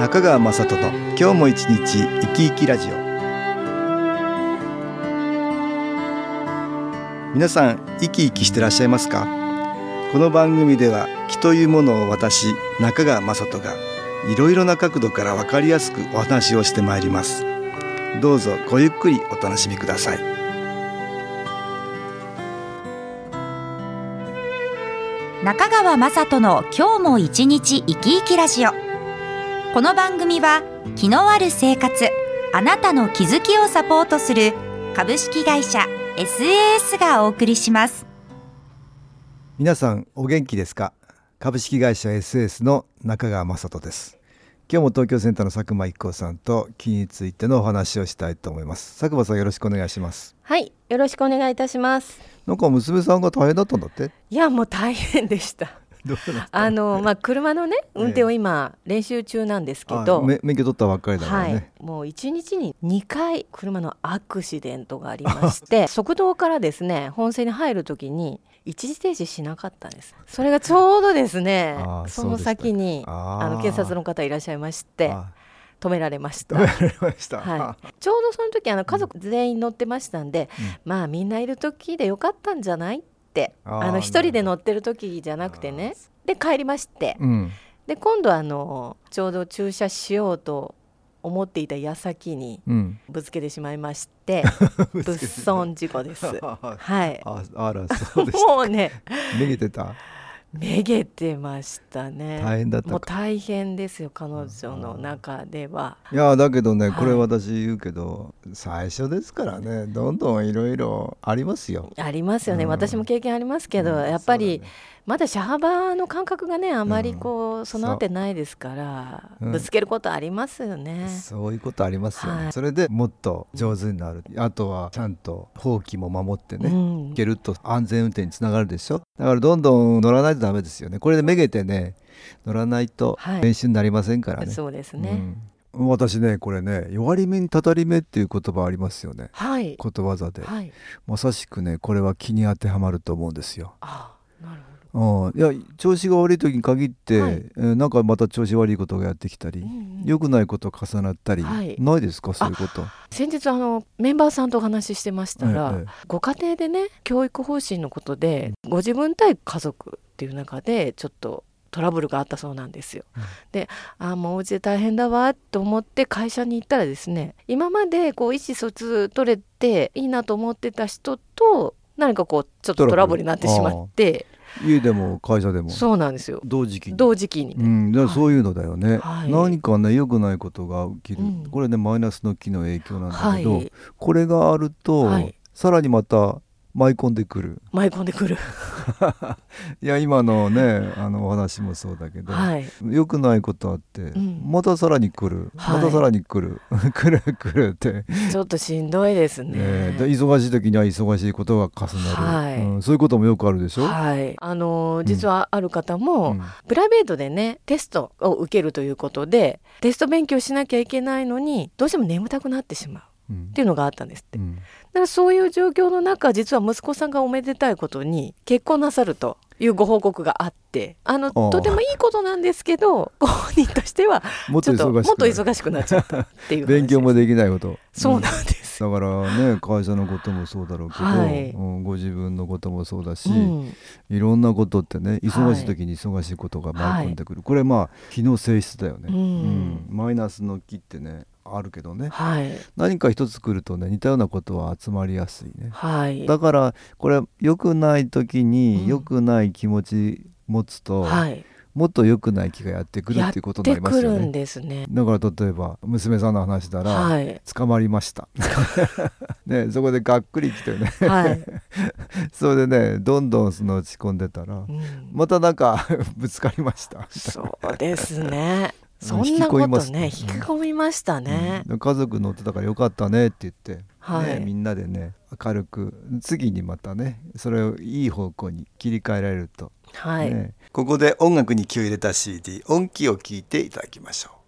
中川雅人の今日も一日生き生きラジオ。皆さん生き生きしてらっしゃいますか？この番組では気というものを私中川雅人がいろいろな角度から分かりやすくお話をしてまいります。どうぞごゆっくりお楽しみください。 中川雅人の今日も一日生き生きラジオ。この番組は気のある生活、あなたの気づきをサポートする株式会社 SAS がお送りします。 皆さんお元気ですか？株式会社 SAS の中川雅人です。今日も東京センターの佐久間一行さんと気についてのお話をしたいと思います。佐久間さん、よろしくお願いします。 はい、よろしくお願いいたします。 なんか娘さんが大変だったんだって？ いや、もう大変でしたどうだった車のね運転を今練習中なんですけど、 免許取ったばっかりだからね、 はい、もう1日に2回車のアクシデントがありまして側道からですね本線に入るときに一時停止しなかったんです。それがちょうどですねその先に警察の方いらっしゃいまして止められました。はい、ちょうどその時家族全員乗ってましたんで、まあみんないる時でよかったんじゃないって一人で乗ってる時じゃなくてね。で帰りまして、で今度ちょうど駐車しようと思っていた矢先にぶつけてしまいまして、物損事故です。はい。 あら、そうですか。 もうねめげてた？ めげてましたね。 大変だったか。 もう大変ですよ、彼女の中では。 いやだけどね、これ私言うけど、最初ですからね、どんどんいろいろありますよ。 ありますよね、私も経験ありますけど、やっぱりまだ車幅の感覚がねあまり備わってないですから、ぶつけることありますよね。 そういうことありますよね、それでもっと上手になる。あとはちゃんと法規も守ってね、いけると安全運転につながるでしょ。だからどんどん乗らないとダメですよね。これでめげてね乗らないと練習になりませんからね。 そうですね、 私ねこれね弱り目にたたり目っていう言葉ありますよね、ことわざで、まさしくねこれは気に当てはまると思うんですよ。 なるほど。 いや調子が悪い時に限って、なんかまた調子悪いことがやってきたり、良くないこと重なったり、ないですかそういうこと？ 先日メンバーさんとお話ししてましたら、ご家庭でね教育方針のことで、ご自分対家族っていう中でちょっとトラブルがあったそうなんですよ。でもうお家で大変だわと思って会社に行ったらですね、今まで意思疎通取れていいなと思ってた人と何かちょっとトラブルになってしまって、 家でも会社でもそうなんですよ、同時期にね、 そういうのだよね、何かね良くないことが起きる、これねマイナスの気の影響なんだけど、これがあると、さらにまた舞い込んでくるいや今のねお話もそうだけど、良くないことあって、またさらに来る、またさらに来る来るってちょっとしんどいですね。 忙しい時には忙しいことが重なる、そういうこともよくあるでしょ。 実はある方も、プライベートでねテストを受けるということでテスト勉強しなきゃいけないのにどうしても眠たくなってしまうっていうのがあったんですって。だからそういう状況の中、実は息子さんがおめでたいことに結婚なさるというご報告があって、とてもいいことなんですけど、ご本人としてはちょっともっと忙しくなっちゃったっていう勉強もできないこと。 そうなんです、 だからね会社のこともそうだろうけど、ご自分のこともそうだし、いろんなことってね忙しい時に忙しいことが舞い込んでくる、これ気の性質だよね、マイナスの気ってねあるけどね、何か一つ来るとね似たようなことは集まりやすいね、だからこれ良くない時に良くない気持ち持つと、もっと良くない気がやってくるっていうことになりますよね。 やってくるんですね。 だから例えば娘さんの話したら、捕まりましたね、そこでがっくりきてね、それでねどんどん落ち込んでたら、またなんかぶつかりましたそうですねそんなことね引き込みましたね、 家族乗ってたからよかったねって言って、みんなでね明るく次にまたねそれをいい方向に切り替えられると、ここで音楽に気を入れた CD 音気を聞いていただきましょう。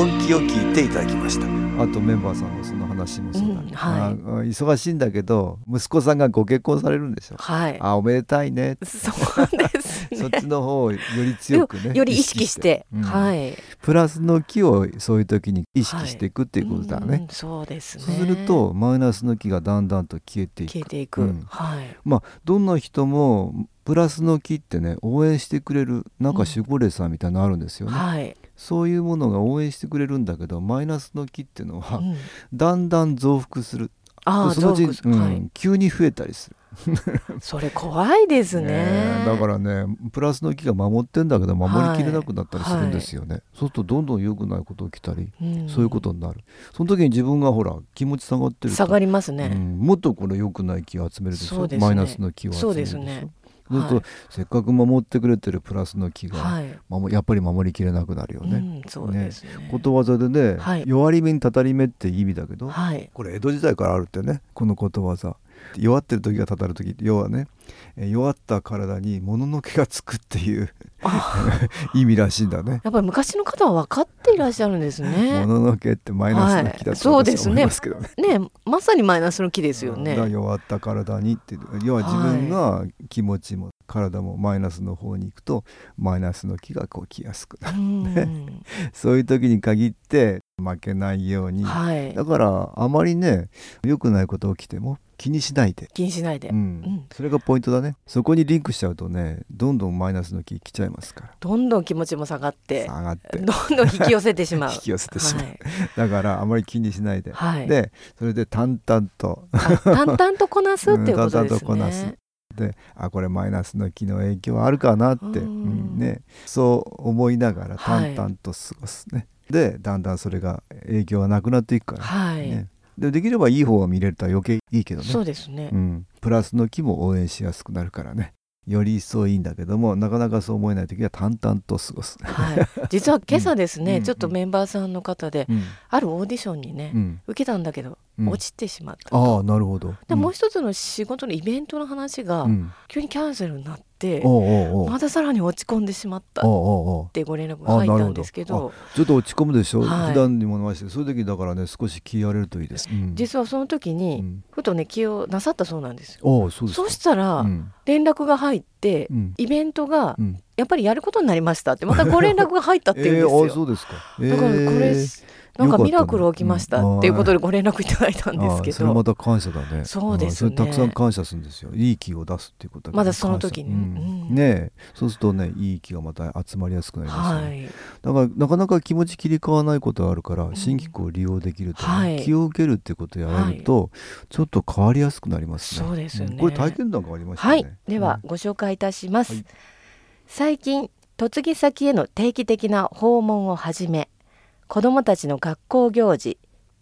音気を聞いていただきました。あとメンバーさんのその話もそうだね、忙しいんだけど息子さんがご結婚されるんでしょ、おめでたいね。 そうですね。 そっちの方をより強くねより意識して、 プラスの気をそういう時に意識していくっていうことだね、 そうですね。 そうするとマイナスの気がだんだんと消えていく、どんな人もプラスの気ってね応援してくれるなんか守護霊さんみたいなのあるんですよね、そういうものが応援してくれるんだけど、マイナスの気っていうのは、だんだん増幅する。そのうち、急に増えたりする。 それ怖いですね。 だからねプラスの気が守ってんだけど守りきれなくなったりするんですよね、そうするとどんどん良くないこと起きたり、そういうことになる。その時に自分がほら気持ち下がってると下がりますね、 もっとこれ良くない気を集めるでしょ、マイナスの気を集めるでしょ。そうすると、せっかく守ってくれてるプラスの気が、やっぱり守りきれなくなるよね。ことわざでね、弱り目にたたり目って意味だけど、これ江戸時代からあるってね、このことわざ。弱ってる時がたたる時、要はね、弱った体に物のけがつくっていう意味らしいんだね。 やっぱり昔の方は分かっていらっしゃるんですね。 物のけってマイナスの気だと私は思いますけどね。 まさにマイナスの気ですよね。 弱った体にって要は自分が気持ちも体もマイナスの方に行くとマイナスの気がこう来やすくなる、そういう時に限って負けないように、だからあまりね良くないこと起きても気にしないで、それがポイントだね。そこにリンクしちゃうとねどんどんマイナスの気来ちゃいますから、 どんどん気持ちも下がってどんどん引き寄せてしまう引き寄せてしまう、だからあまり気にしないで、でそれで淡々とこなすっていうことですね。 でこれマイナスの気の影響あるかなって、そう思いながら淡々と過ごすね、でだんだんそれが影響がなくなっていくから、できればいい方が見れると余計いいけどね。 そうですね、 プラスの気も応援しやすくなるからね、より一層いいんだけども、なかなかそう思えない時は淡々と過ごす、 実は今朝ですね、ちょっとメンバーさんの方で、あるオーディションにね、受けたんだけど落ちてしまったと。 なるほど。 でもう一つの仕事のイベントの話が急にキャンセルになって、またさらに落ち込んでしまったってご連絡が入ったんですけど、 ちょっと落ち込むでしょ、普段にもましてそういう時だからね少し気やれるといいです、 実はその時にふとね気をなさったそうなんですよ。そしたら連絡が入って、イベントがやっぱりやることになりましたってまたご連絡が入ったっていうんですよ。 そうですか。 だからこれなんかミラクル起きましたっていうことでご連絡いただいたんですけど、 それまた感謝だね。 そうですね。 それたくさん感謝するんですよ。いい気を出すっていうことだけまだその時にね、そうするとねいい気がまた集まりやすくなりますよね。だからなかなか気持ち切り替わらないことがあるから、新機構を利用できると、気を受けるっていうことをやるとちょっと変わりやすくなりますね。 そうですよね。 これ体験談がありましたね。 ではご紹介いたします。最近嫁ぎ先への定期的な訪問をはじめ、子どもたちの学校行事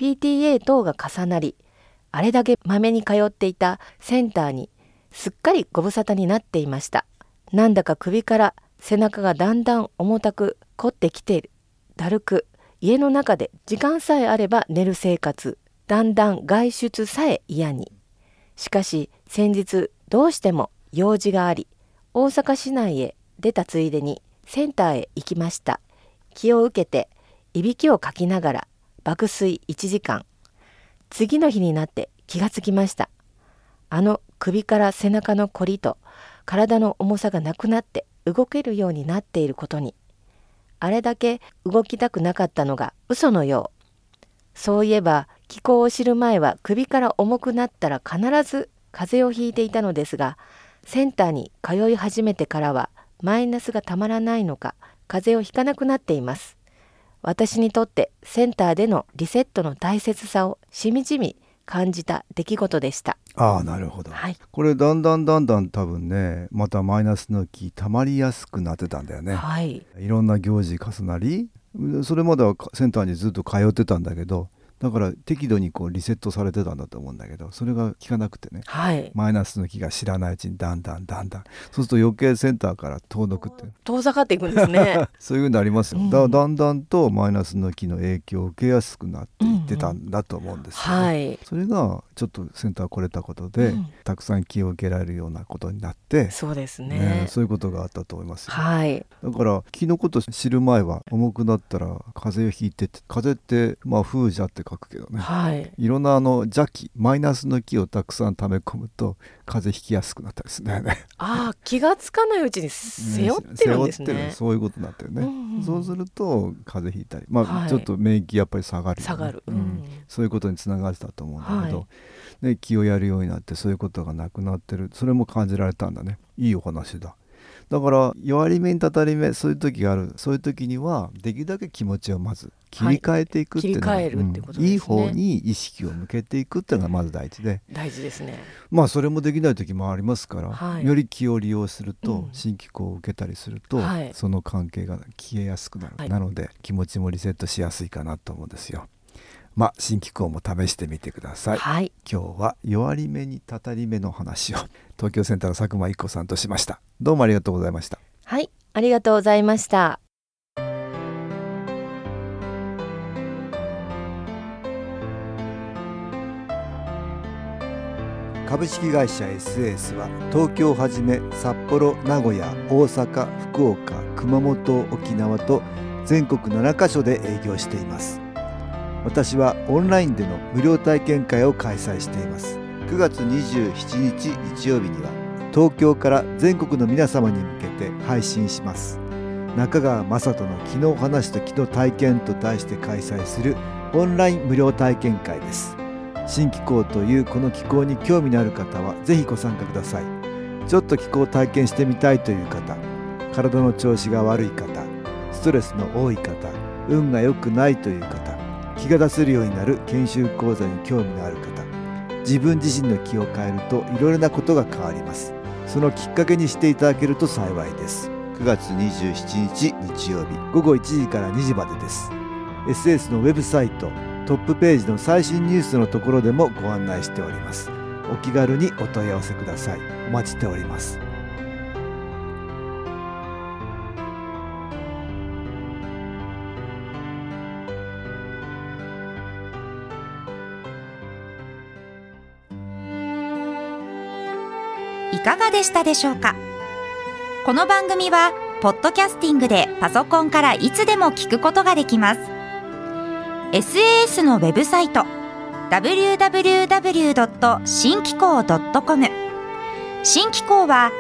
PTA 等が重なり、あれだけまめに通っていたセンターにすっかりご無沙汰になっていました。なんだか首から背中がだんだん重たく凝ってきている、だるく、家の中で時間さえあれば寝る生活、だんだん外出さえ嫌に。しかし先日どうしても用事があり、大阪市内へ出たついでにセンターへ行きました。気を受けていびきをかきながら爆睡1時間。次の日になって気がつきました。あの首から背中のこりと体の重さがなくなって動けるようになっていることに。あれだけ動きたくなかったのが嘘のよう。そういえば気候を知る前は首から重くなったら必ず風邪をひいていたのですが、センターに通い始めてからはマイナスがたまらないのか風邪をひかなくなっています。私にとってセンターでのリセットの大切さをしみじみ感じた出来事でした。 なるほど、これだんだん多分ねまたマイナスの気たまりやすくなってたんだよね。いろんな行事重なり、それまではセンターにずっと通ってたんだけど、 だから適度にこうリセットされてたんだと思うんだけど、それが効かなくてね、 はい、 マイナスの気が知らないうちにだんだんそうすると余計センターから遠のくって遠ざかっていくんですねそういうのありますよ、だんだんとマイナスの気の影響を受けやすくなっていってたんだと思うんですよね、 はい、 それがちょっとセンター来れたことで、たくさん気を受けられるようなことになって、 そうですね、 そういうことがあったと思いますよ、 はい、 だから気のこと知る前は重くなったら風邪をひいてって、風邪って風邪って書くけどね、 はい、 いろんな邪気マイナスの気をたくさん溜め込むと風邪ひきやすくなったりするんだよね。 気がつかないうちに背負ってるんですね。 背負ってる、そういうことになってるね、そうすると風邪ひいたり、ちょっと免疫やっぱり下がるよね、そういうことにつながってたと思うんだけど、で気をやるようになってそういうことがなくなってる、それも感じられたんだね。いいお話だ。だから弱り目にたたり目、そういう時がある。そういう時にはできるだけ気持ちをまず切り替えていくっていうのが、 切り替えるってことですね、 いい方に意識を向けていくっていうのがまず大事で、 大事ですね。 それもできない時もありますから、より気を利用すると、新機構を受けたりすると、その関係が消えやすくなる、なので気持ちもリセットしやすいかなと思うんですよ。新機構も試してみてください、今日は弱り目にたたり目の話を東京センターの佐久間一子さんとしました。どうもありがとうございました。 はい、ありがとうございました。 株式会社 SS は東京をはじめ札幌、名古屋、大阪、福岡、熊本、沖縄と全国7カ所で営業しています。私はオンラインでの無料体験会を開催しています。9月27日日曜日には東京から全国の皆様に向けて配信します。中川雅人の気の話と気の体験と題して開催するオンライン無料体験会です。新気候というこの気候に興味のある方はぜひご参加ください。ちょっと気候を体験してみたいという方、体の調子が悪い方、ストレスの多い方、運が良くないという方、気が出せるようになる研修講座に興味のある方、自分自身の気を変えるといろいろなことが変わります。そのきっかけにしていただけると幸いです。9月27日日曜日午後1時から2時までです。 SS のウェブサイトトップページの最新ニュースのところでもご案内しております。お気軽にお問い合わせください。お待ちしております。 いかがでしたでしょうか。この番組はポッドキャスティングでパソコンからいつでも聞くことができます。 SAS のウェブサイト www. 新機構 .com、 新機構は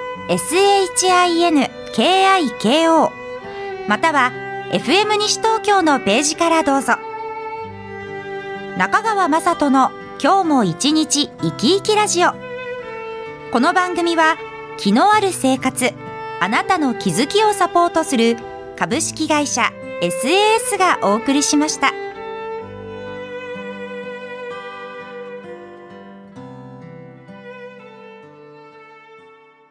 SHINKIKO または FM 西東京のページからどうぞ。中川雅人の今日も一日生き生きラジオ。この番組は気のある生活、あなたの気づきをサポートする株式会社 SAS がお送りしました。